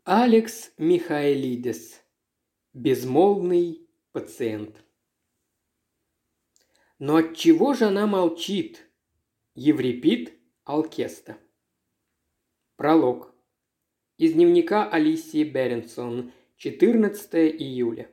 Алекс Михаэлидес. Безмолвный пациент. Но отчего же она молчит? Еврипид Алкеста. Пролог. Из дневника Алисии Беренсон. 14 июля.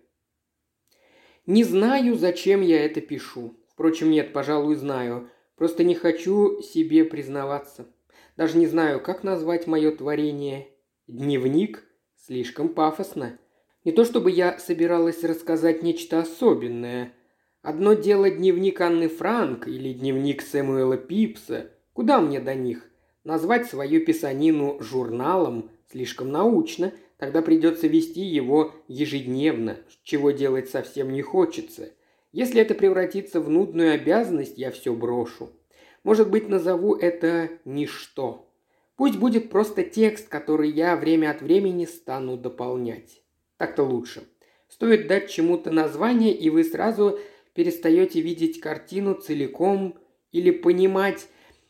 Не знаю, зачем я это пишу. Впрочем, нет, пожалуй, знаю. Просто не хочу себе признаваться. Даже не знаю, как назвать мое творение. Дневник? Слишком пафосно. Не то чтобы я собиралась рассказать нечто особенное. Одно дело дневник Анны Франк или дневник Сэмюэла Пипса. Куда мне до них? Назвать свою писанину журналом слишком научно. Тогда придется вести его ежедневно, чего делать совсем не хочется. Если это превратится в нудную обязанность, я все брошу. Может быть, назову это «ничто». Пусть будет просто текст, который я время от времени стану дополнять. Так-то лучше. Стоит дать чему-то название, и вы сразу перестаете видеть картину целиком или понимать,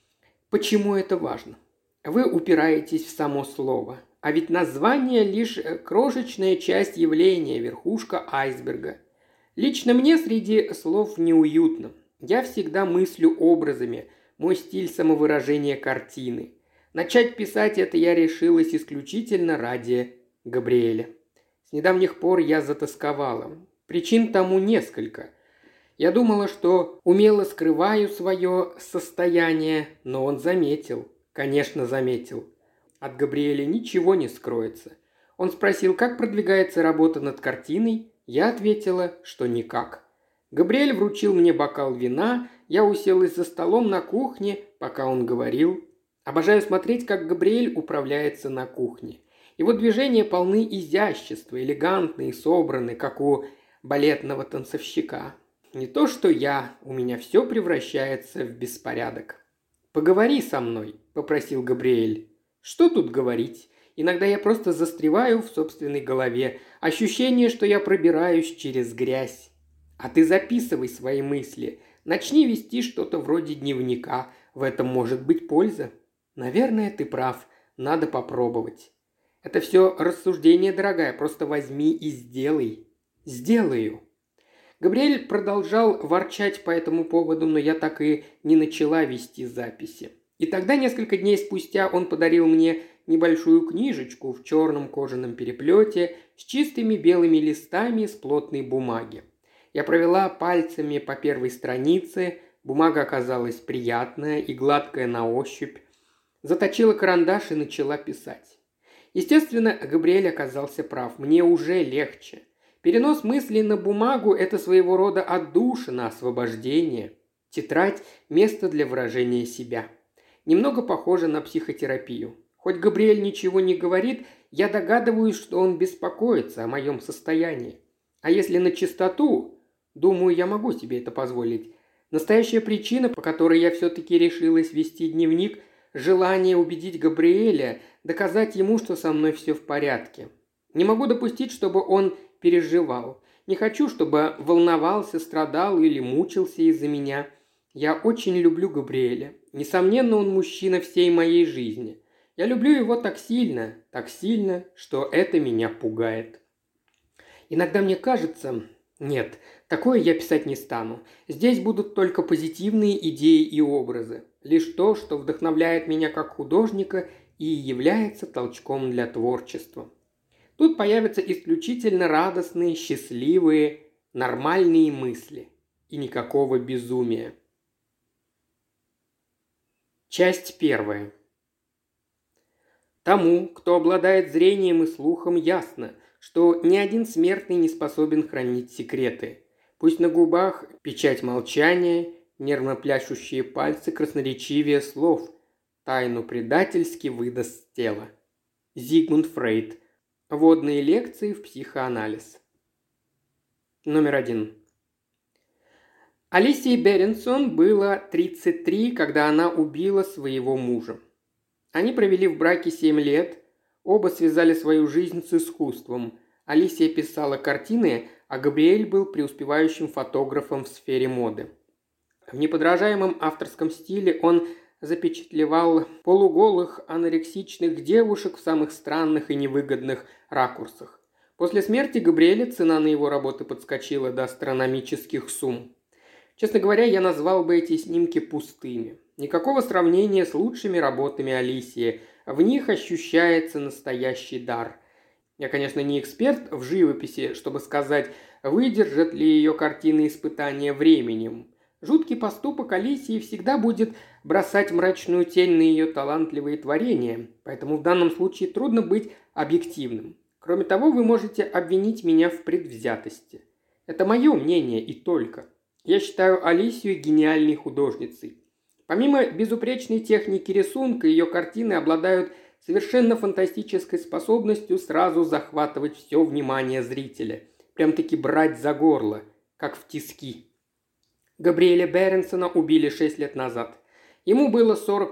почему это важно. Вы упираетесь в само слово. А ведь название лишь крошечная часть явления, верхушка айсберга. Лично мне среди слов неуютно. Я всегда мыслю образами, мой стиль самовыражения картины. Начать писать это я решилась исключительно ради Габриэля. С недавних пор я затосковала. Причин тому несколько. Я думала, что умело скрываю свое состояние, но он заметил. Конечно, заметил. От Габриэля ничего не скроется. Он спросил, как продвигается работа над картиной. Я ответила, что никак. Габриэль вручил мне бокал вина, я уселась за столом на кухне, пока он говорил. Обожаю смотреть, как Габриэль управляется на кухне. Его движения полны изящества, элегантны и собраны, как у балетного танцовщика. Не то что я, у меня все превращается в беспорядок. «Поговори со мной», – попросил Габриэль. «Что тут говорить? Иногда я просто застреваю в собственной голове. Ощущение, что я пробираюсь через грязь. А ты записывай свои мысли. Начни вести что-то вроде дневника. В этом может быть польза». «Наверное, ты прав. Надо попробовать». «Это все рассуждение, дорогая. Просто возьми и сделай». «Сделаю». Габриэль продолжал ворчать по этому поводу, но я так и не начала вести записи. И тогда, несколько дней спустя, он подарил мне небольшую книжечку в черном кожаном переплете с чистыми белыми листами с плотной бумаги. Я провела пальцами по первой странице, бумага оказалась приятная и гладкая на ощупь. Заточила карандаш и начала писать. Естественно, Габриэль оказался прав. Мне уже легче. Перенос мыслей на бумагу – это своего рода отдушина, освобождение. Тетрадь – место для выражения себя. Немного похоже на психотерапию. Хоть Габриэль ничего не говорит, я догадываюсь, что он беспокоится о моем состоянии. А если на чистоту, думаю, я могу себе это позволить. Настоящая причина, по которой я все-таки решилась вести дневник – желание убедить Габриэля, доказать ему, что со мной все в порядке. Не могу допустить, чтобы он переживал. Не хочу, чтобы волновался, страдал или мучился из-за меня. Я очень люблю Габриэля. Несомненно, он мужчина всей моей жизни. Я люблю его так сильно, что это меня пугает. Иногда мне кажется... Нет, такое я писать не стану. Здесь будут только позитивные идеи и образы. Лишь то, что вдохновляет меня как художника и является толчком для творчества. Тут появятся исключительно радостные, счастливые, нормальные мысли. И никакого безумия. Часть 1. Тому, кто обладает зрением и слухом, ясно, что ни один смертный не способен хранить секреты. Пусть на губах печать молчания, нервно пляшущие пальцы красноречивее слов. Тайну предательски выдаст тело. Зигмунд Фрейд. Вводные лекции в психоанализ. Номер 1. Алисии Беренсон было 33, когда она убила своего мужа. Они провели в браке 7 лет, оба связали свою жизнь с искусством. Алисия писала картины, а Габриэль был преуспевающим фотографом в сфере моды. В неподражаемом авторском стиле он запечатлевал полуголых анорексичных девушек в самых странных и невыгодных ракурсах. После смерти Габриэля цена на его работы подскочила до астрономических сумм. Честно говоря, я назвал бы эти снимки пустыми. Никакого сравнения с лучшими работами Алисии. В них ощущается настоящий дар. Я, конечно, не эксперт в живописи, чтобы сказать, выдержат ли ее картины испытания временем. Жуткий поступок Алисии всегда будет бросать мрачную тень на ее талантливые творения, поэтому в данном случае трудно быть объективным. Кроме того, вы можете обвинить меня в предвзятости. Это мое мнение и только. Я считаю Алисию гениальной художницей. Помимо безупречной техники рисунка, ее картины обладают совершенно фантастической способностью сразу захватывать все внимание зрителя. Прям-таки брать за горло, как в тиски. Габриэля Беренсона убили 6 лет назад. Ему было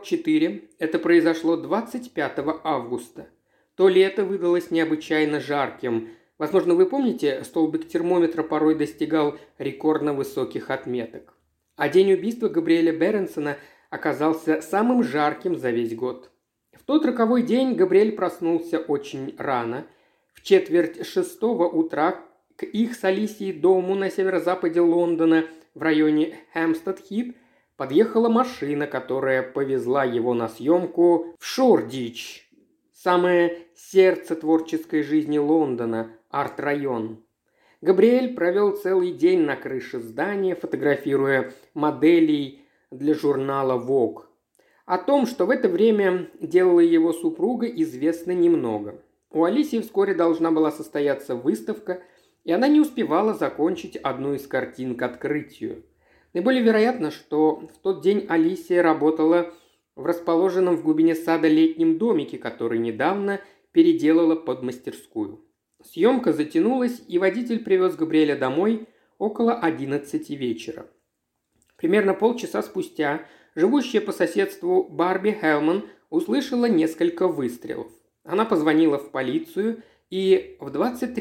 44, это произошло 25 августа. То лето выдалось необычайно жарким. Возможно, вы помните, столбик термометра порой достигал рекордно высоких отметок. А день убийства Габриэля Беренсона оказался самым жарким за весь год. В тот роковой день Габриэль проснулся очень рано. В 5:45 утра к их с Алисией дому на северо-западе Лондона в районе Хэмпстед-Хит подъехала машина, которая повезла его на съемку в Шордич, самое сердце творческой жизни Лондона, арт-район. Габриэль провел целый день на крыше здания, фотографируя моделей для журнала Vogue. О том, что в это время делала его супруга, известно немного. У Алисии вскоре должна была состояться выставка, и она не успевала закончить одну из картин к открытию. Наиболее вероятно, что в тот день Алисия работала в расположенном в глубине сада летнем домике, который недавно переделала под мастерскую. Съемка затянулась, и водитель привез Габриэля домой около 11 вечера. Примерно полчаса спустя живущая по соседству Барби Хелман услышала несколько выстрелов. Она позвонила в полицию, и в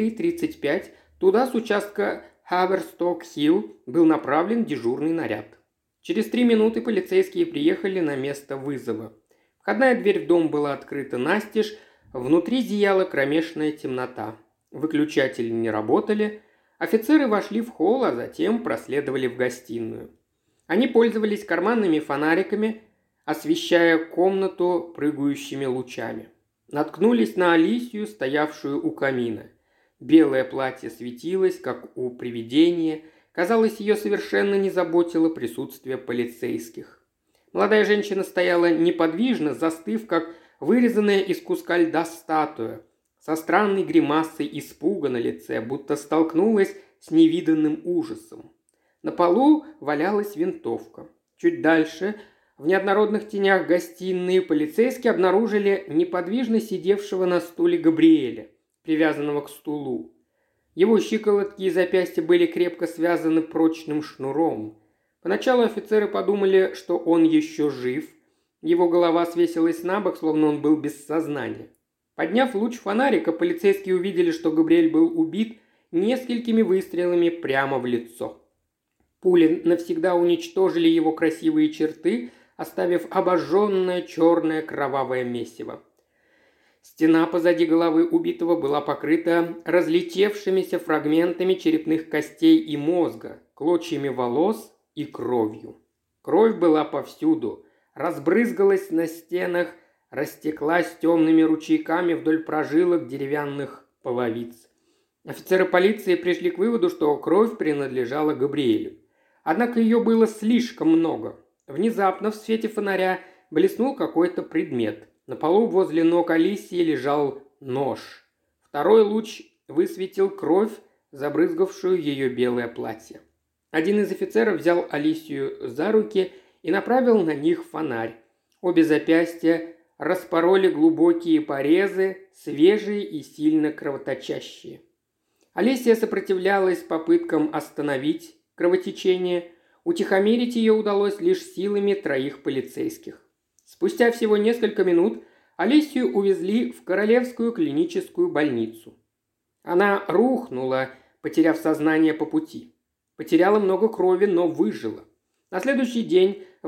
23:35 туда с участка Хаверсток-Хилл был направлен дежурный наряд. Через 3 минуты полицейские приехали на место вызова. Входная дверь в дом была открыта настежь, внутри зияла кромешная темнота. Выключатели не работали. Офицеры вошли в холл, а затем проследовали в гостиную. Они пользовались карманными фонариками, освещая комнату прыгающими лучами. Наткнулись на Алисию, стоявшую у камина. Белое платье светилось, как у привидения. Казалось, ее совершенно не заботило присутствие полицейских. Молодая женщина стояла неподвижно, застыв, как вырезанная из куска льда статуя, со странной гримасой испуга на лице, будто столкнулась с невиданным ужасом. На полу валялась винтовка. Чуть дальше, в неоднородных тенях гостиной, полицейские обнаружили неподвижно сидевшего на стуле Габриэля, привязанного к стулу. Его щиколотки и запястья были крепко связаны прочным шнуром. Поначалу офицеры подумали, что он еще жив. Его голова свесилась на бок, словно он был без сознания. Подняв луч фонарика, полицейские увидели, что Габриэль был убит несколькими выстрелами прямо в лицо. Пули навсегда уничтожили его красивые черты, оставив обожженное черное кровавое месиво. Стена позади головы убитого была покрыта разлетевшимися фрагментами черепных костей и мозга, клочьями волос и кровью. Кровь была повсюду, разбрызгалась на стенах, растеклась темными ручейками вдоль прожилок деревянных половиц. Офицеры полиции пришли к выводу, что кровь принадлежала Габриэлю. Однако ее было слишком много. Внезапно в свете фонаря блеснул какой-то предмет. На полу возле ног Алисии лежал нож. Второй луч высветил кровь, забрызгавшую ее белое платье. Один из офицеров взял Алисию за руки и направил на них фонарь. Обе запястья распороли глубокие порезы, свежие и сильно кровоточащие. Алисия сопротивлялась попыткам остановить кровотечение. Утихомирить ее удалось лишь силами 3 полицейских. Спустя всего несколько минут Алисию увезли в Королевскую клиническую больницу. Она рухнула, потеряв сознание по пути. Потеряла много крови, но выжила. На следующий день в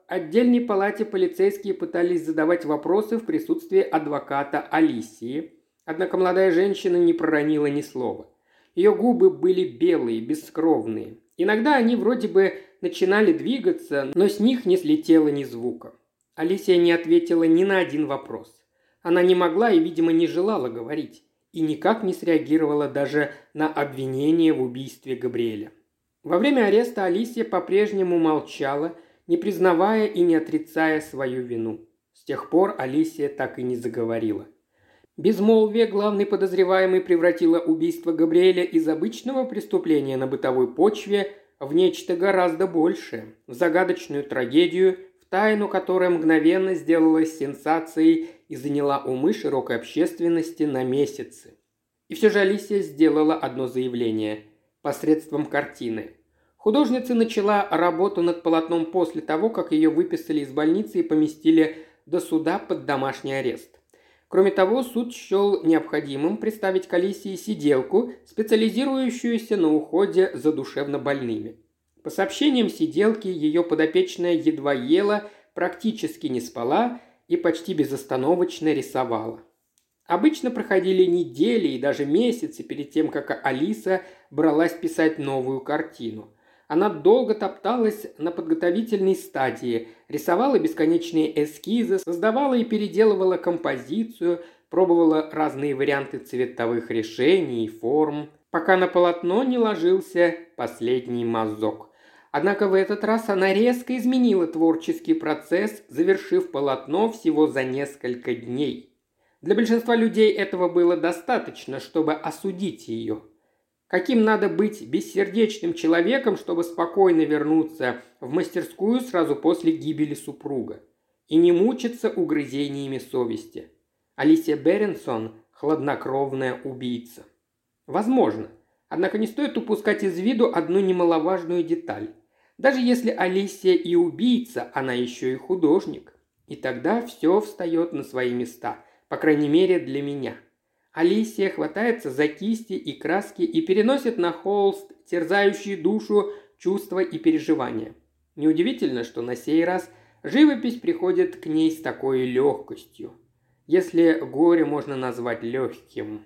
отдельной палате полицейские пытались задавать вопросы в присутствии адвоката Алисии, однако молодая женщина не проронила ни слова. Ее губы были белые, бескровные. Иногда они вроде бы начинали двигаться, но с них не слетело ни звука. Алисия не ответила ни на один вопрос. Она не могла и, видимо, не желала говорить, и никак не среагировала даже на обвинение в убийстве Габриэля. Во время ареста Алисия по-прежнему молчала, не признавая и не отрицая свою вину. С тех пор Алисия так и не заговорила. Безмолвие главный подозреваемый превратило убийство Габриэля из обычного преступления на бытовой почве в нечто гораздо большее, в загадочную трагедию, в тайну, которая мгновенно сделалась сенсацией и заняла умы широкой общественности на месяцы. И все же Алисия сделала одно заявление посредством картины. Художница начала работу над полотном после того, как ее выписали из больницы и поместили до суда под домашний арест. Кроме того, суд счел необходимым представить к Алисии сиделку, специализирующуюся на уходе за душевнобольными. По сообщениям сиделки, ее подопечная едва ела, практически не спала и почти безостановочно рисовала. Обычно проходили недели и даже месяцы перед тем, как Алиса бралась писать новую картину. Она долго топталась на подготовительной стадии, рисовала бесконечные эскизы, создавала и переделывала композицию, пробовала разные варианты цветовых решений и форм, пока на полотно не ложился последний мазок. Однако в этот раз она резко изменила творческий процесс, завершив полотно всего за несколько дней. Для большинства людей этого было достаточно, чтобы осудить ее. Каким надо быть бессердечным человеком, чтобы спокойно вернуться в мастерскую сразу после гибели супруга и не мучиться угрызениями совести. Алисия Беренсон – хладнокровная убийца. Возможно. Однако не стоит упускать из виду одну немаловажную деталь. Даже если Алисия и убийца, она еще и художник. И тогда все встает на свои места, по крайней мере для меня. Алисия хватается за кисти и краски и переносит на холст терзающие душу чувства и переживания. Неудивительно, что на сей раз живопись приходит к ней с такой легкостью. Если горе можно назвать легким.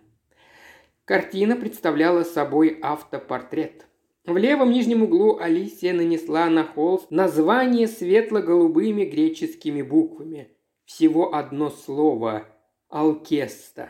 Картина представляла собой автопортрет. В левом нижнем углу Алисия нанесла на холст название светло-голубыми греческими буквами. Всего одно слово – Алкеста.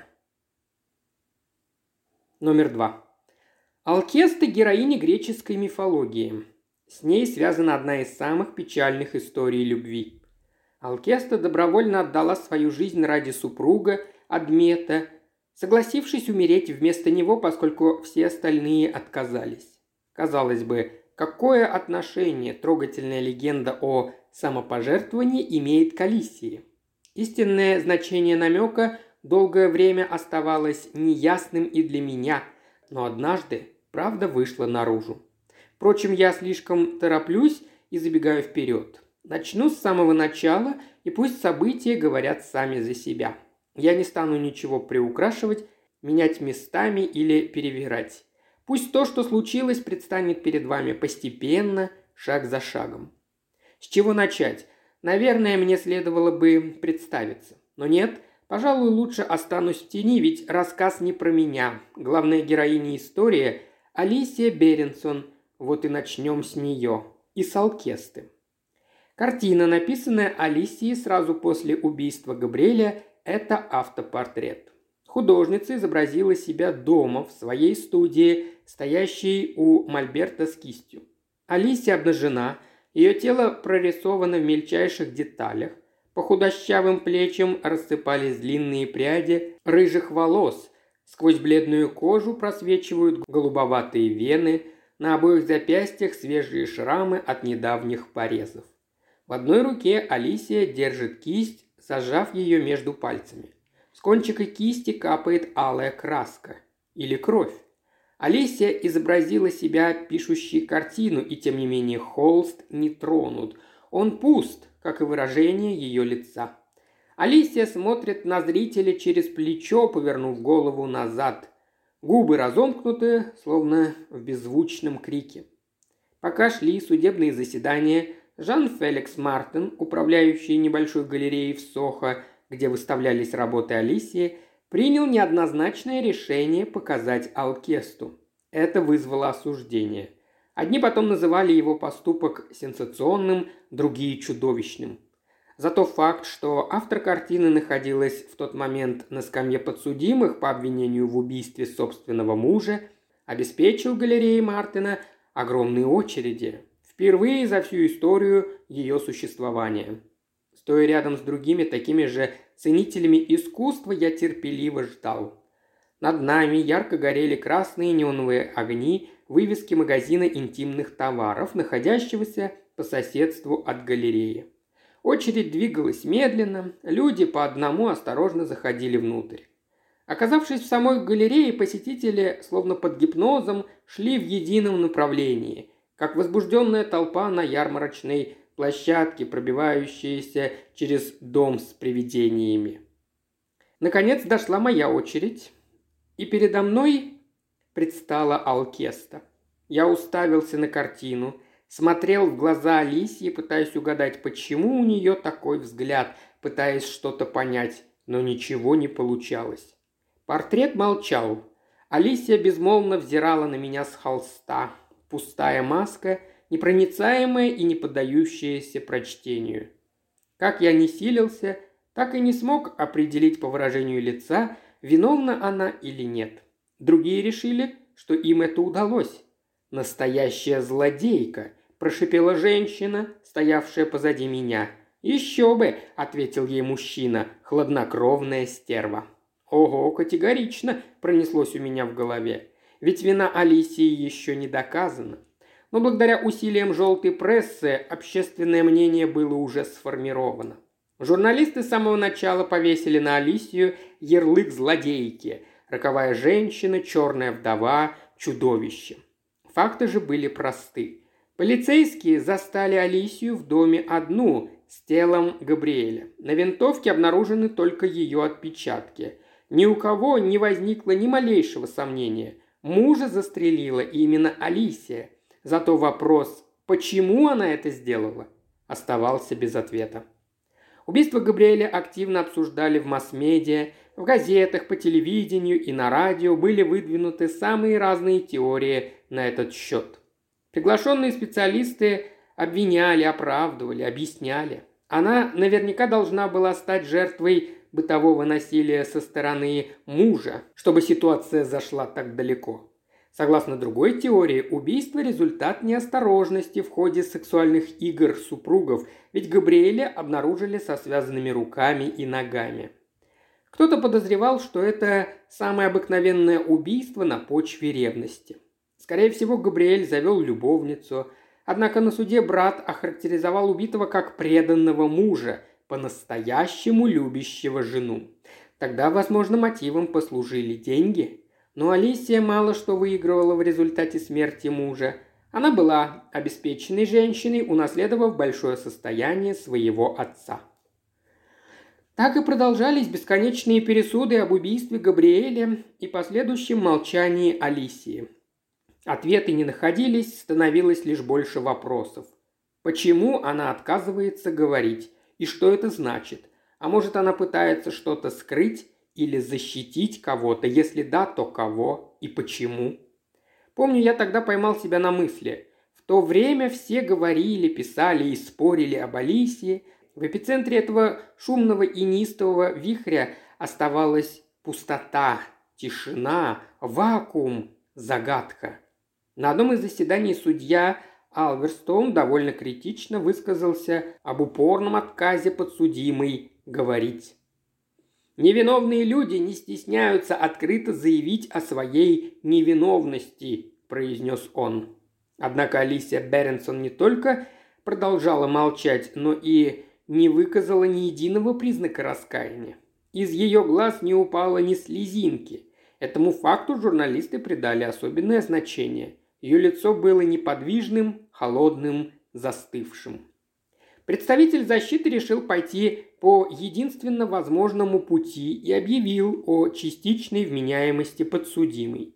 Номер 2. Алкеста – героиня греческой мифологии. С ней связана одна из самых печальных историй любви. Алкеста добровольно отдала свою жизнь ради супруга Адмета, согласившись умереть вместо него, поскольку все остальные отказались. Казалось бы, какое отношение трогательная легенда о самопожертвовании имеет к Алисии? Истинное значение намека долгое время оставалось неясным и для меня, но однажды правда вышла наружу. Впрочем, я слишком тороплюсь и забегаю вперед. Начну с самого начала, и пусть события говорят сами за себя. Я не стану ничего приукрашивать, менять местами или перевирать. Пусть то, что случилось, предстанет перед вами постепенно, шаг за шагом. С чего начать? Наверное, мне следовало бы представиться. Но нет, пожалуй, лучше останусь в тени, ведь рассказ не про меня. Главная героиня истории – Алисия Беренсон. Вот и начнем с нее. И с Алкесты. Картина, написанная Алисией сразу после убийства Габриэля, это автопортрет. Художница изобразила себя дома в своей студии, стоящей у мольберта с кистью. Алисия обнажена, ее тело прорисовано в мельчайших деталях. По худощавым плечам рассыпались длинные пряди рыжих волос. Сквозь бледную кожу просвечивают голубоватые вены, на обоих запястьях свежие шрамы от недавних порезов. В одной руке Алисия держит кисть, зажав ее между пальцами. С кончика кисти капает алая краска. Или кровь. Алисия изобразила себя пишущей картину, и тем не менее холст не тронут. Он пуст, как и выражение ее лица. Алисия смотрит на зрителя через плечо, повернув голову назад. Губы разомкнуты, словно в беззвучном крике. Пока шли судебные заседания, Жан-Феликс Мартин, управляющий небольшой галереей в Сохо, где выставлялись работы Алисии, принял неоднозначное решение показать Алкесту. Это вызвало осуждение. Одни потом называли его поступок сенсационным, другие – чудовищным. Зато факт, что автор картины находилась в тот момент на скамье подсудимых по обвинению в убийстве собственного мужа, обеспечил галерее Мартина огромные очереди. Впервые за всю историю ее существования. Стоя рядом с другими такими же ценителями искусства, я терпеливо ждал. Над нами ярко горели красные неоновые огни вывески магазина интимных товаров, находящегося по соседству от галереи. Очередь двигалась медленно, люди по одному осторожно заходили внутрь. Оказавшись в самой галерее, посетители, словно под гипнозом, шли в едином направлении, как возбужденная толпа на ярмарочной площадке, пробивающаяся через дом с привидениями. Наконец дошла моя очередь, и передо мной предстала Алкеста. Я уставился на картину, смотрел в глаза Алисии, пытаясь угадать, почему у нее такой взгляд, пытаясь что-то понять, но ничего не получалось. Портрет молчал. Алисия безмолвно взирала на меня с холста. Пустая маска, непроницаемая и не поддающаяся прочтению. Как я ни силился, так и не смог определить по выражению лица, виновна она или нет. Другие решили, что им это удалось. «Настоящая злодейка», – прошипела женщина, стоявшая позади меня. «Еще бы», – ответил ей мужчина, – «хладнокровная стерва». «Ого, категорично», – пронеслось у меня в голове. Ведь вина Алисии еще не доказана. Но благодаря усилиям желтой прессы общественное мнение было уже сформировано. Журналисты с самого начала повесили на Алисию ярлык злодейки, роковая женщина, черная вдова, чудовище. Факты же были просты. Полицейские застали Алисию в доме одну, с телом Габриэля. На винтовке обнаружены только ее отпечатки. Ни у кого не возникло ни малейшего сомнения. Мужа застрелила именно Алисия. Зато вопрос, почему она это сделала, оставался без ответа. Убийство Габриэля активно обсуждали в масс-медиа, в газетах, по телевидению и на радио были выдвинуты самые разные теории на этот счет. Приглашенные специалисты обвиняли, оправдывали, объясняли. Она наверняка должна была стать жертвой бытового насилия со стороны мужа, чтобы ситуация зашла так далеко. Согласно другой теории, убийство – результат неосторожности в ходе сексуальных игр супругов, ведь Габриэля обнаружили со связанными руками и ногами. Кто-то подозревал, что это самое обыкновенное убийство на почве ревности. Скорее всего, Габриэль завел любовницу, однако на суде брат охарактеризовал убитого как преданного мужа, по-настоящему любящего жену. Тогда, возможно, мотивом послужили деньги. Но Алисия мало что выигрывала в результате смерти мужа. Она была обеспеченной женщиной, унаследовав большое состояние своего отца. Так и продолжались бесконечные пересуды об убийстве Габриэля и последующем молчании Алисии. Ответы не находились, становилось лишь больше вопросов. Почему она отказывается говорить? И что это значит? А может, она пытается что-то скрыть или защитить кого-то? Если да, то кого и почему? Помню, я тогда поймал себя на мысли. В то время все говорили, писали и спорили об Алисии. В эпицентре этого шумного и неистового вихря оставалась пустота, тишина, вакуум, загадка. На одном из заседаний судья Алверстоун довольно критично высказался об упорном отказе подсудимой говорить. «Невиновные люди не стесняются открыто заявить о своей невиновности», – произнес он. Однако Алисия Беренсон не только продолжала молчать, но и не выказала ни единого признака раскаяния. Из ее глаз не упало ни слезинки. Этому факту журналисты придали особенное значение. Ее лицо было неподвижным, холодным, застывшим. Представитель защиты решил пойти по единственно возможному пути и объявил о частичной вменяемости подсудимой.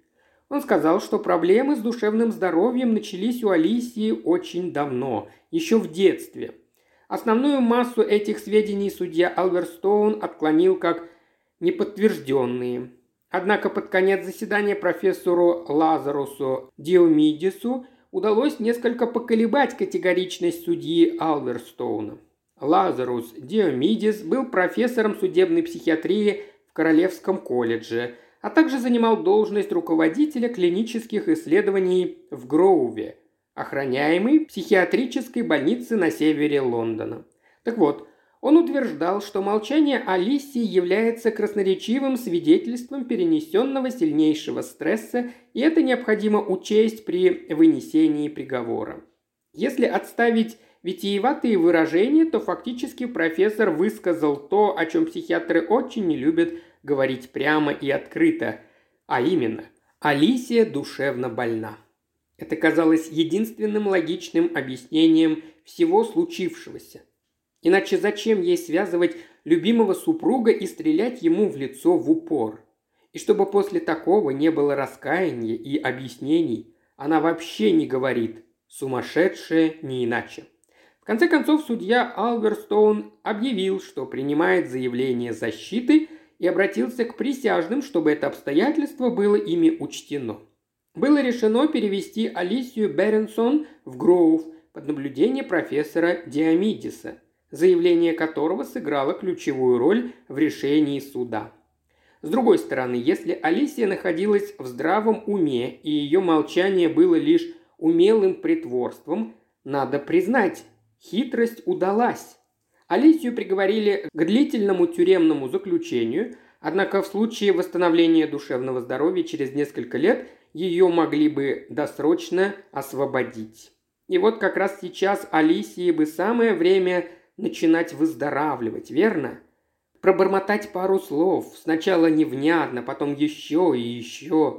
Он сказал, что проблемы с душевным здоровьем начались у Алисии очень давно, еще в детстве. Основную массу этих сведений судья Алверстоун отклонил как неподтвержденные. Однако под конец заседания профессору Лазарусу Диомидису удалось несколько поколебать категоричность судьи Алверстоуна. Лазарус Диомидис был профессором судебной психиатрии в Королевском колледже, а также занимал должность руководителя клинических исследований в Гроуве, охраняемой психиатрической больнице на севере Лондона. Так вот, он утверждал, что молчание Алисии является красноречивым свидетельством перенесенного сильнейшего стресса, и это необходимо учесть при вынесении приговора. Если отставить витиеватые выражения, то фактически профессор высказал то, о чем психиатры очень не любят говорить прямо и открыто, а именно – Алисия душевно больна. Это казалось единственным логичным объяснением всего случившегося. Иначе зачем ей связывать любимого супруга и стрелять ему в лицо в упор? И чтобы после такого не было раскаяния и объяснений, она вообще не говорит «сумасшедшая не иначе». В конце концов, судья Алверстоун объявил, что принимает заявление защиты и обратился к присяжным, чтобы это обстоятельство было ими учтено. Было решено перевести Алисию Беренсон в Гроув под наблюдение профессора Диомидиса, заявление которого сыграло ключевую роль в решении суда. С другой стороны, если Алисия находилась в здравом уме и ее молчание было лишь умелым притворством, надо признать, хитрость удалась. Алисию приговорили к длительному тюремному заключению, однако в случае восстановления душевного здоровья через несколько лет ее могли бы досрочно освободить. И вот как раз сейчас Алисии бы самое время начинать выздоравливать, верно? Пробормотать пару слов, сначала невнятно, потом еще и еще,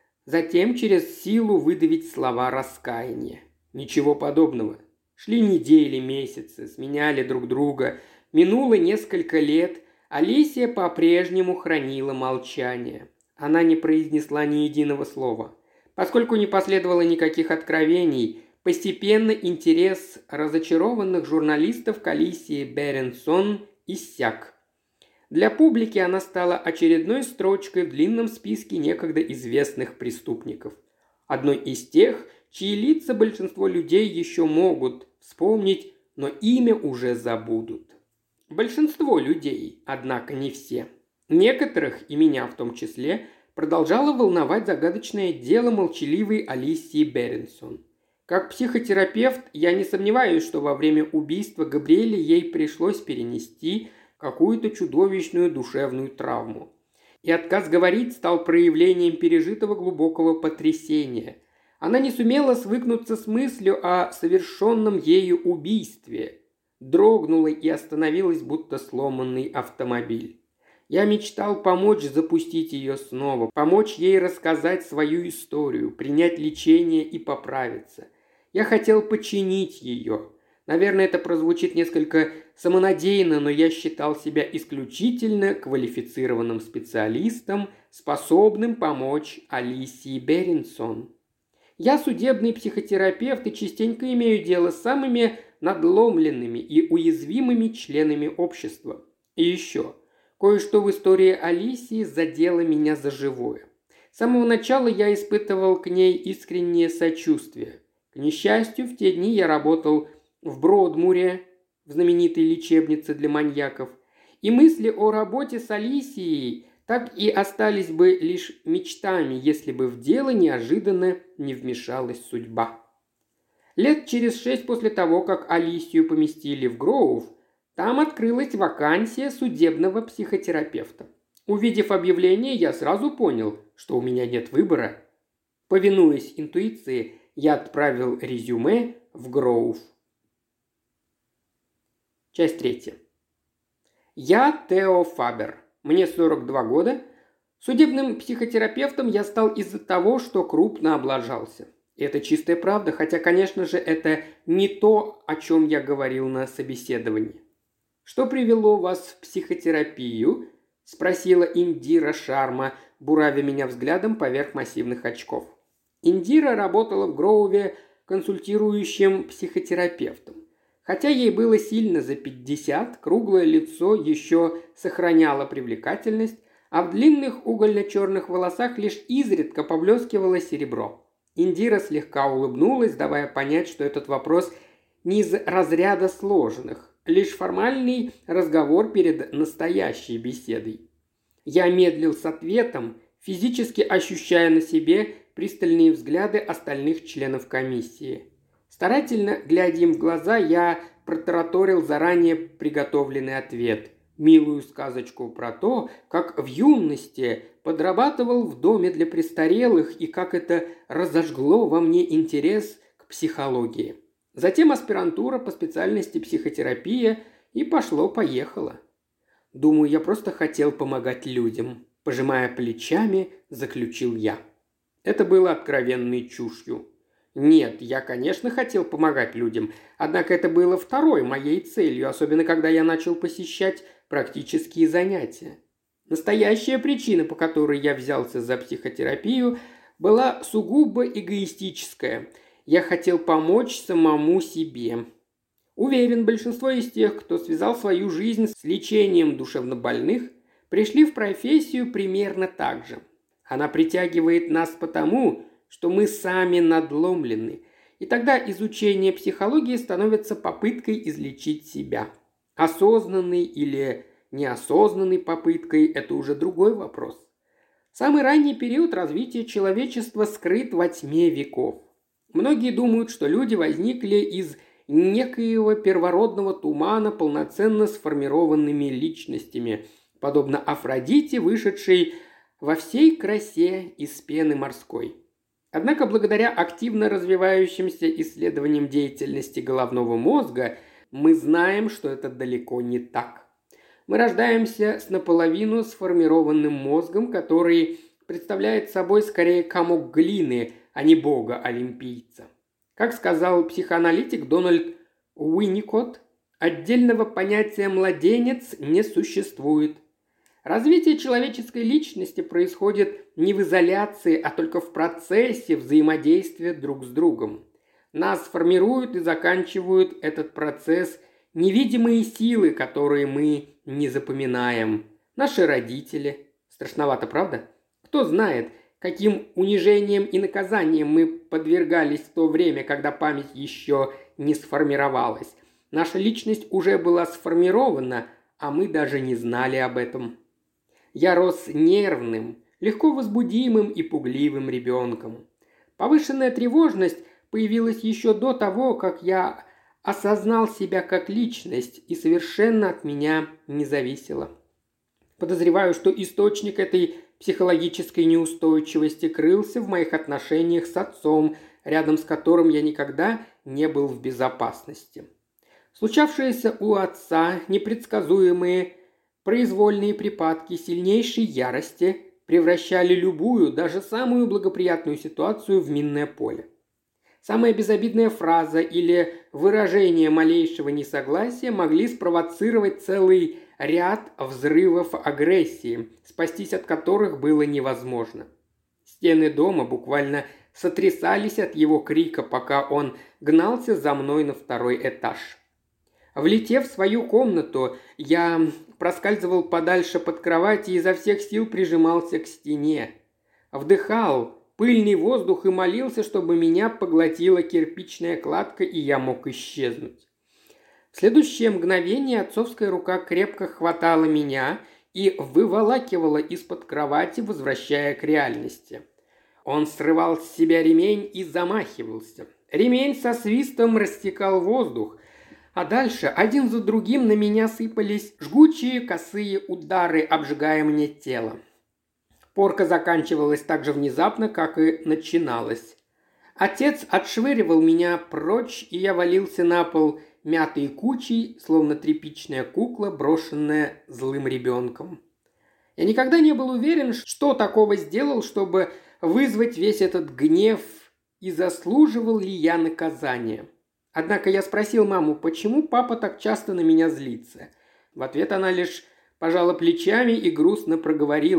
затем через силу выдавить слова раскаяния. Ничего подобного. Шли недели, месяцы, сменяли друг друга. Минуло несколько лет. Алисия по-прежнему хранила молчание. Она не произнесла ни единого слова. Поскольку не последовало никаких откровений, постепенно интерес разочарованных журналистов к Алисии Беренсон иссяк. Для публики она стала очередной строчкой в длинном списке некогда известных преступников. Одной из тех, чьи лица большинство людей еще могут вспомнить, но имя уже забудут. Большинство людей, однако не все. Некоторых, и меня в том числе, продолжало волновать загадочное дело молчаливой Алисии Беренсон. Как психотерапевт, я не сомневаюсь, что во время убийства Габриэля ей пришлось перенести какую-то чудовищную душевную травму. И отказ говорить стал проявлением пережитого глубокого потрясения. Она не сумела свыкнуться с мыслью о совершенном ею убийстве. Дрогнула и остановилась, будто сломанный автомобиль. Я мечтал помочь запустить ее снова, помочь ей рассказать свою историю, принять лечение и поправиться. Я хотел починить ее. Наверное, это прозвучит несколько самонадеянно, но я считал себя исключительно квалифицированным специалистом, способным помочь Алисии Беренсон. Я судебный психотерапевт и частенько имею дело с самыми надломленными и уязвимыми членами общества. И еще, кое-что в истории Алисии задело меня за живое. С самого начала я испытывал к ней искреннее сочувствие. К несчастью, в те дни я работал в Бродмуре, в знаменитой лечебнице для маньяков, и мысли о работе с Алисией так и остались бы лишь мечтами, если бы в дело неожиданно не вмешалась судьба. Лет через 6 после того, как Алисию поместили в Гроув, там открылась вакансия судебного психотерапевта. Увидев объявление, я сразу понял, что у меня нет выбора. Повинуясь интуиции, я отправил резюме в Гроув. Часть 3. Я Тео Фабер. Мне 42 года. Судебным психотерапевтом я стал из-за того, что крупно облажался. И это чистая правда, хотя, конечно же, это не то, о чем я говорил на собеседовании. «Что привело вас в психотерапию?» – спросила Индира Шарма, буравя меня взглядом поверх массивных очков. Индира работала в Гроуве консультирующим психотерапевтом. Хотя ей было сильно за 50, круглое лицо еще сохраняло привлекательность, а в длинных угольно-черных волосах лишь изредка поблескивало серебро. Индира слегка улыбнулась, давая понять, что этот вопрос не из разряда сложных, лишь формальный разговор перед настоящей беседой. Я медлил с ответом, физически ощущая на себе пристальные взгляды остальных членов комиссии. Старательно глядя им в глаза, я протараторил заранее приготовленный ответ. Милую сказочку про то, как в юности подрабатывал в доме для престарелых и как это разожгло во мне интерес к психологии. Затем аспирантура по специальности психотерапия, и пошло-поехало. Думаю, я просто хотел помогать людям. Пожимая плечами, заключил я. Это было откровенной чушью. Нет, я, конечно, хотел помогать людям, однако это было второй моей целью, особенно когда я начал посещать практические занятия. Настоящая причина, по которой я взялся за психотерапию, была сугубо эгоистическая. Я хотел помочь самому себе. Уверен, большинство из тех, кто связал свою жизнь с лечением душевнобольных, пришли в профессию примерно так же. Она притягивает нас потому, что мы сами надломлены, и тогда изучение психологии становится попыткой излечить себя. Осознанной или неосознанной попыткой – это уже другой вопрос. Самый ранний период развития человечества скрыт во тьме веков. Многие думают, что люди возникли из некоего первородного тумана полноценно сформированными личностями, подобно Афродите, вышедшей во всей красе из пены морской. Однако благодаря активно развивающимся исследованиям деятельности головного мозга мы знаем, что это далеко не так. Мы рождаемся с наполовину сформированным мозгом, который представляет собой скорее комок глины, а не бога-олимпийца. Как сказал психоаналитик Дональд Уинникотт, отдельного понятия «младенец» не существует. Развитие человеческой личности происходит не в изоляции, а только в процессе взаимодействия друг с другом. Нас формируют и заканчивают этот процесс невидимые силы, которые мы не запоминаем. Наши родители. Страшновато, правда? Кто знает, каким унижением и наказанием мы подвергались в то время, когда память еще не сформировалась. Наша личность уже была сформирована, а мы даже не знали об этом. Я рос нервным, легко возбудимым и пугливым ребенком. Повышенная тревожность появилась еще до того, как я осознал себя как личность и совершенно от меня не зависела. Подозреваю, что источник этой психологической неустойчивости крылся в моих отношениях с отцом, рядом с которым я никогда не был в безопасности. Случавшиеся у отца непредсказуемые произвольные припадки сильнейшей ярости превращали любую, даже самую благоприятную ситуацию в минное поле. Самая безобидная фраза или выражение малейшего несогласия могли спровоцировать целый ряд взрывов агрессии, спастись от которых было невозможно. Стены дома буквально сотрясались от его крика, пока он гнался за мной на второй этаж. Влетев в свою комнату, я проскальзывал подальше под кровать и изо всех сил прижимался к стене. Вдыхал пыльный воздух и молился, чтобы меня поглотила кирпичная кладка, и я мог исчезнуть. В следующее мгновение отцовская рука крепко хватала меня и выволакивала из-под кровати, возвращая к реальности. Он срывал с себя ремень и замахивался. Ремень со свистом растекал воздух, а дальше один за другим на меня сыпались жгучие косые удары, обжигая мне тело. Порка заканчивалась так же внезапно, как и начиналась. Отец отшвыривал меня прочь, и я валился на пол мятой кучей, словно тряпичная кукла, брошенная злым ребенком. Я никогда не был уверен, что такого сделал, чтобы вызвать весь этот гнев, и заслуживал ли я наказания. Однако я спросил маму, почему папа так часто на меня злится. В ответ она лишь пожала плечами и грустно проговорила: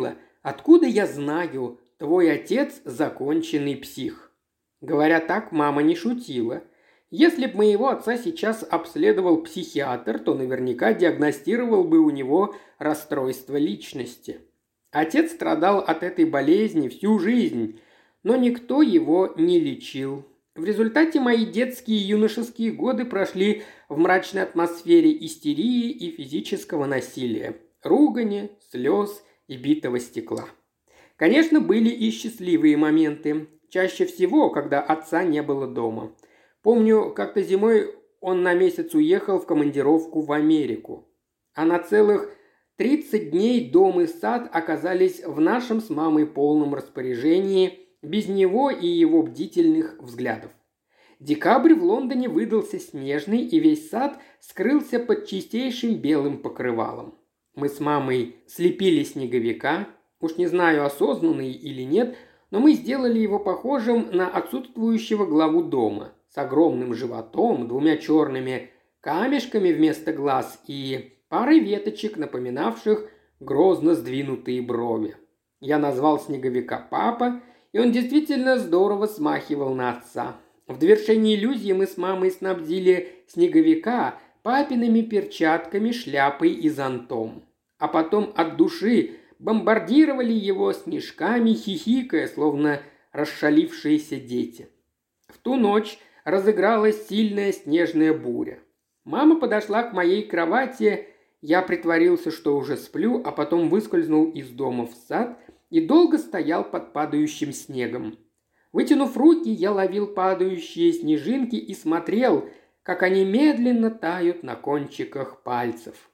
Откуда я знаю, твой отец законченный псих?» Говоря так, мама не шутила. Если б моего отца сейчас обследовал психиатр, то наверняка диагностировал бы у него расстройство личности. Отец страдал от этой болезни всю жизнь, но никто его не лечил. В результате мои детские и юношеские годы прошли в мрачной атмосфере истерии и физического насилия, ругани, слез и битого стекла. Конечно, были и счастливые моменты, чаще всего, когда отца не было дома. Помню, как-то зимой он на месяц уехал в командировку в Америку. А на целых 30 дней дом и сад оказались в нашем с мамой полном распоряжении, без него и его бдительных взглядов. Декабрь в Лондоне выдался снежный, и весь сад скрылся под чистейшим белым покрывалом. Мы с мамой слепили снеговика, уж не знаю, осознанный или нет, но мы сделали его похожим на отсутствующего главу дома, с огромным животом, 2 черными камешками вместо глаз и парой веточек, напоминавших грозно сдвинутые брови. Я назвал снеговика «Папа», и он действительно здорово смахивал на отца. В довершение иллюзии мы с мамой снабдили снеговика папиными перчатками, шляпой и зонтом. А потом от души бомбардировали его снежками, хихикая, словно расшалившиеся дети. В ту ночь разыгралась сильная снежная буря. Мама подошла к моей кровати, я притворился, что уже сплю, а потом выскользнул из дома в сад и долго стоял под падающим снегом. Вытянув руки, я ловил падающие снежинки и смотрел, как они медленно тают на кончиках пальцев.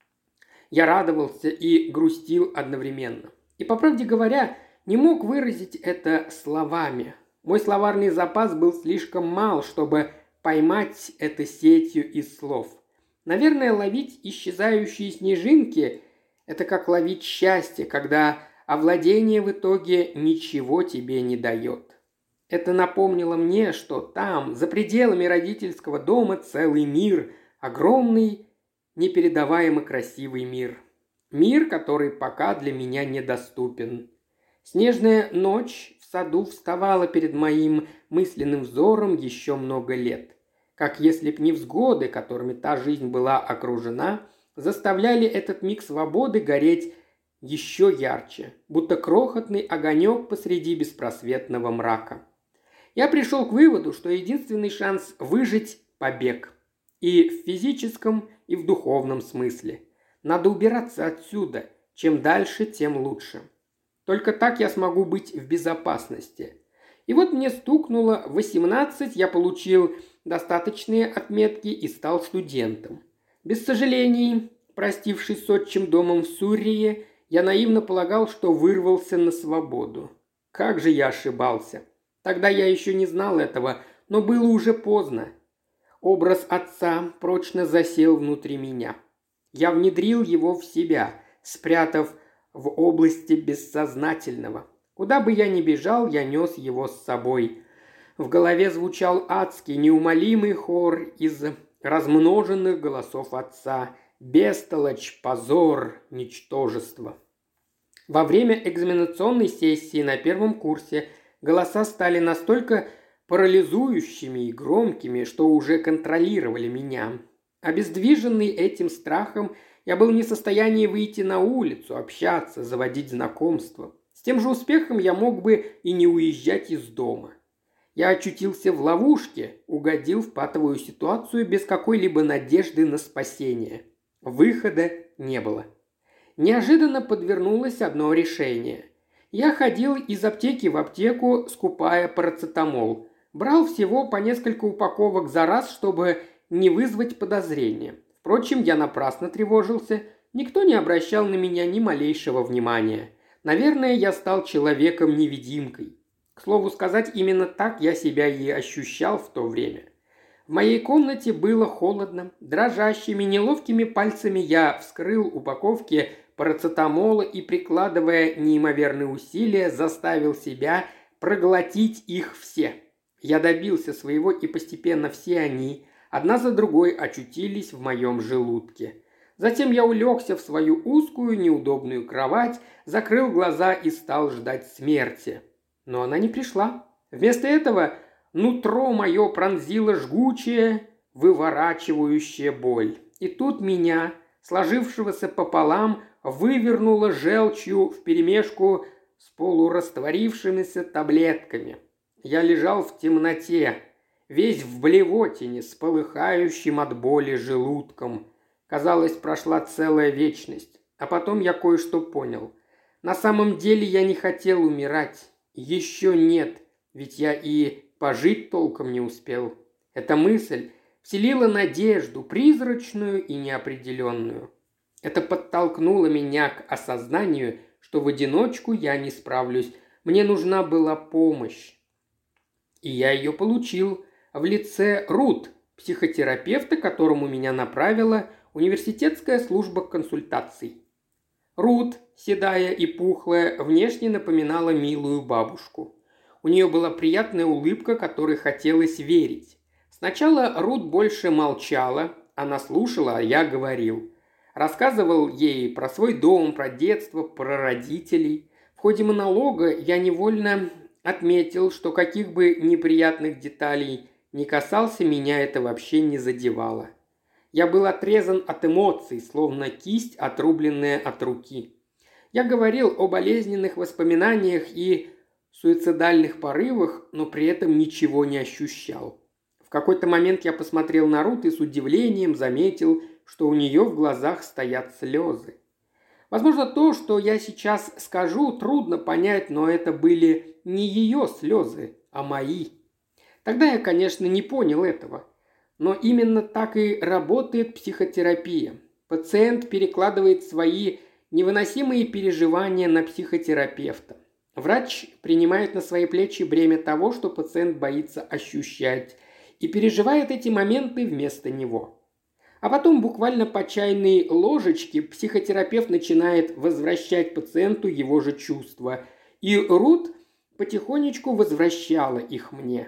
Я радовался и грустил одновременно. И, по правде говоря, не мог выразить это словами. Мой словарный запас был слишком мал, чтобы поймать это сетью из слов. Наверное, ловить исчезающие снежинки – это как ловить счастье, когда овладение в итоге ничего тебе не дает. Это напомнило мне, что там, за пределами родительского дома, целый мир, огромный, непередаваемо красивый мир. Мир, который пока для меня недоступен. Снежная ночь в саду вставала перед моим мысленным взором еще много лет. Как если б невзгоды, которыми та жизнь была окружена, заставляли этот миг свободы гореть еще ярче, будто крохотный огонек посреди беспросветного мрака. Я пришел к выводу, что единственный шанс выжить – побег. И в физическом, и в духовном смысле. Надо убираться отсюда. Чем дальше, тем лучше. Только так я смогу быть в безопасности. И вот мне стукнуло 18, я получил достаточные отметки и стал студентом. Без сожалений, простившись с отчим домом в Суррии, я наивно полагал, что вырвался на свободу. Как же я ошибался. Тогда я еще не знал этого, но было уже поздно. Образ отца прочно засел внутри меня. Я внедрил его в себя, спрятав в области бессознательного. Куда бы я ни бежал, я нес его с собой. В голове звучал адский, неумолимый хор из размноженных голосов отца. Бестолочь, позор, ничтожество. Во время экзаменационной сессии на первом курсе голоса стали настолько парализующими и громкими, что уже контролировали меня. Обездвиженный этим страхом, я был не в состоянии выйти на улицу, общаться, заводить знакомства. С тем же успехом я мог бы и не уезжать из дома. Я очутился в ловушке, угодил в патовую ситуацию без какой-либо надежды на спасение. Выхода не было. Неожиданно подвернулось одно решение. Я ходил из аптеки в аптеку, скупая парацетамол. Брал всего по несколько упаковок за раз, чтобы не вызвать подозрения. Впрочем, я напрасно тревожился. Никто не обращал на меня ни малейшего внимания. Наверное, я стал человеком-невидимкой. К слову сказать, именно так я себя и ощущал в то время. В моей комнате было холодно. Дрожащими, неловкими пальцами я вскрыл упаковки парацетамола и, прикладывая неимоверные усилия, заставил себя проглотить их все. Я добился своего, и постепенно все они, одна за другой, очутились в моем желудке. Затем я улегся в свою узкую, неудобную кровать, закрыл глаза и стал ждать смерти. Но она не пришла. Вместо этого нутро мое пронзило жгучая, выворачивающая боль. И тут меня, сложившегося пополам, вывернуло желчью вперемешку с полурастворившимися таблетками. Я лежал в темноте, весь в блевотине, с полыхающим от боли желудком. Казалось, прошла целая вечность. А потом я кое-что понял. На самом деле я не хотел умирать. Еще нет, ведь я и пожить толком не успел. Эта мысль вселила надежду, призрачную и неопределенную. Это подтолкнуло меня к осознанию, что в одиночку я не справлюсь. Мне нужна была помощь. И я ее получил в лице Рут, психотерапевта, которому меня направила университетская служба консультаций. Рут, седая и пухлая, внешне напоминала милую бабушку. У нее была приятная улыбка, которой хотелось верить. Сначала Рут больше молчала, она слушала, а я говорил. Рассказывал ей про свой дом, про детство, про родителей. В ходе монолога я невольно отметил, что каких бы неприятных деталей не касался, меня это вообще не задевало. Я был отрезан от эмоций, словно кисть, отрубленная от руки. Я говорил о болезненных воспоминаниях и суицидальных порывах, но при этом ничего не ощущал. В какой-то момент я посмотрел на Рут и с удивлением заметил, что у нее в глазах стоят слезы. Возможно, то, что я сейчас скажу, трудно понять, но это были не ее слезы, а мои. Тогда я, конечно, не понял этого. Но именно так и работает психотерапия. Пациент перекладывает свои невыносимые переживания на психотерапевта. Врач принимает на свои плечи бремя того, что пациент боится ощущать, и переживает эти моменты вместо него. А потом буквально по чайной ложечке психотерапевт начинает возвращать пациенту его же чувства. И Рут потихонечку возвращала их мне.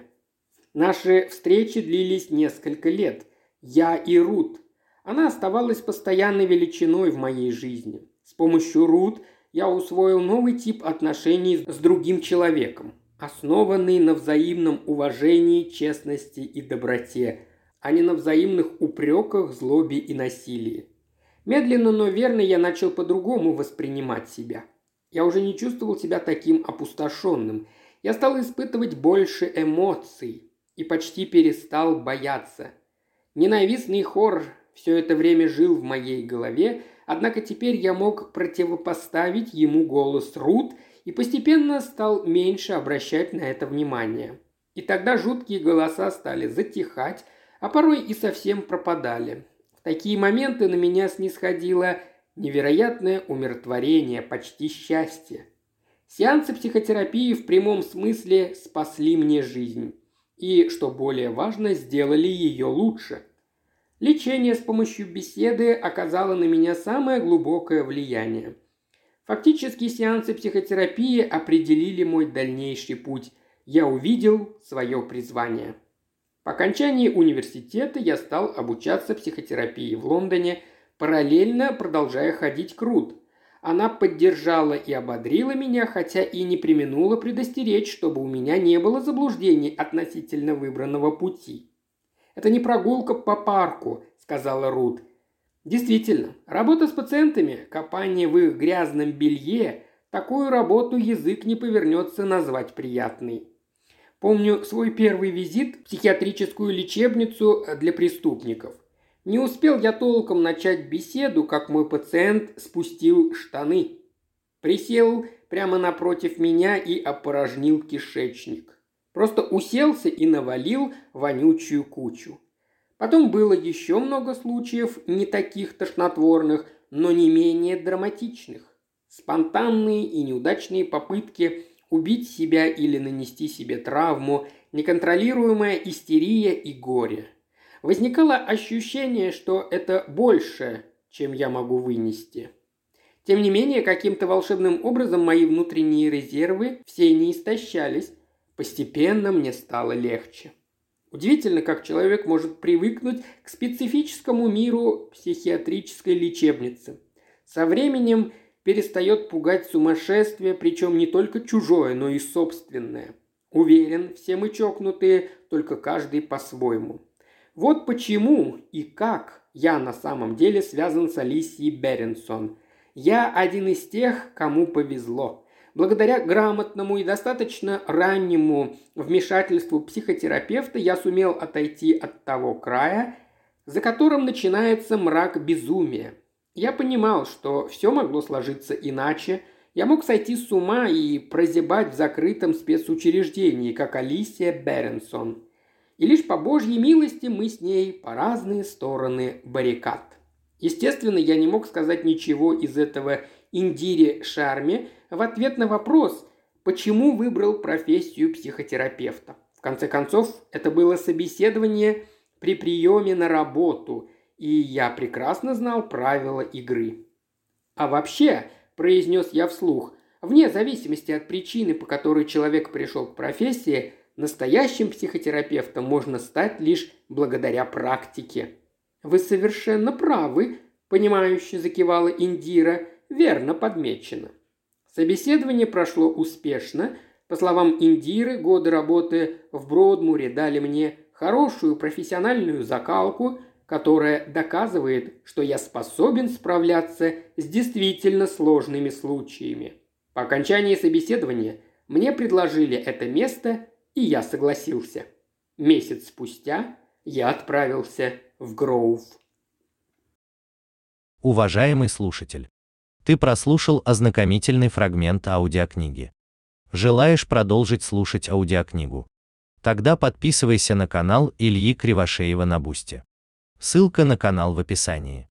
Наши встречи длились несколько лет. Я и Рут. Она оставалась постоянной величиной в моей жизни. С помощью Рут я усвоил новый тип отношений с другим человеком, основанный на взаимном уважении, честности и доброте, а не на взаимных упреках, злобе и насилии. Медленно, но верно я начал по-другому воспринимать себя. Я уже не чувствовал себя таким опустошенным. Я стал испытывать больше эмоций и почти перестал бояться. Ненавистный хор все это время жил в моей голове, однако теперь я мог противопоставить ему голос Рут и постепенно стал меньше обращать на это внимание. И тогда жуткие голоса стали затихать, а порой и совсем пропадали. В такие моменты на меня снисходило невероятное умиротворение, почти счастье. Сеансы психотерапии в прямом смысле спасли мне жизнь. И, что более важно, сделали ее лучше. Лечение с помощью беседы оказало на меня самое глубокое влияние. Фактически сеансы психотерапии определили мой дальнейший путь. Я увидел свое призвание. По окончании университета я стал обучаться психотерапии в Лондоне, параллельно продолжая ходить к Рут. Она поддержала и ободрила меня, хотя и не преминула предостеречь, чтобы у меня не было заблуждений относительно выбранного пути. «Это не прогулка по парку», – сказала Рут. Действительно, работа с пациентами, копание в их грязном белье, такую работу язык не повернется назвать приятной. Помню свой первый визит в психиатрическую лечебницу для преступников. Не успел я толком начать беседу, как мой пациент спустил штаны. Присел прямо напротив меня и опорожнил кишечник. Просто уселся и навалил вонючую кучу. Потом было еще много случаев, не таких тошнотворных, но не менее драматичных. Спонтанные и неудачные попытки убить себя или нанести себе травму, неконтролируемая истерия и горе. Возникало ощущение, что это больше, чем я могу вынести. Тем не менее, каким-то волшебным образом мои внутренние резервы все не истощались. Постепенно мне стало легче. Удивительно, как человек может привыкнуть к специфическому миру психиатрической лечебницы. Со временем перестает пугать сумасшествие, причем не только чужое, но и собственное. Уверен, все мы чокнутые, только каждый по-своему. Вот почему и как я на самом деле связан с Алисией Беренсон. Я один из тех, кому повезло. Благодаря грамотному и достаточно раннему вмешательству психотерапевта я сумел отойти от того края, за которым начинается мрак безумия. Я понимал, что все могло сложиться иначе. Я мог сойти с ума и прозябать в закрытом спецучреждении, как Алисия Беренсон. И лишь по Божьей милости мы с ней по разные стороны баррикад. Естественно, я не мог сказать ничего из этого Индире Шарме в ответ на вопрос, почему выбрал профессию психотерапевта. В конце концов, это было собеседование при приеме на работу, и я прекрасно знал правила игры. А вообще, произнес я вслух, вне зависимости от причины, по которой человек пришел к профессии, настоящим психотерапевтом можно стать лишь благодаря практике. «Вы совершенно правы», – понимающе закивала Индира, – «верно подмечено». Собеседование прошло успешно. По словам Индиры, годы работы в Бродмуре дали мне хорошую профессиональную закалку, которая доказывает, что я способен справляться с действительно сложными случаями. По окончании собеседования мне предложили это место, и я согласился. Месяц спустя я отправился в Гроув. Уважаемый слушатель, ты прослушал ознакомительный фрагмент аудиокниги. Желаешь продолжить слушать аудиокнигу? Тогда подписывайся на канал Ильи Кривошеева на Бусти. Ссылка на канал в описании.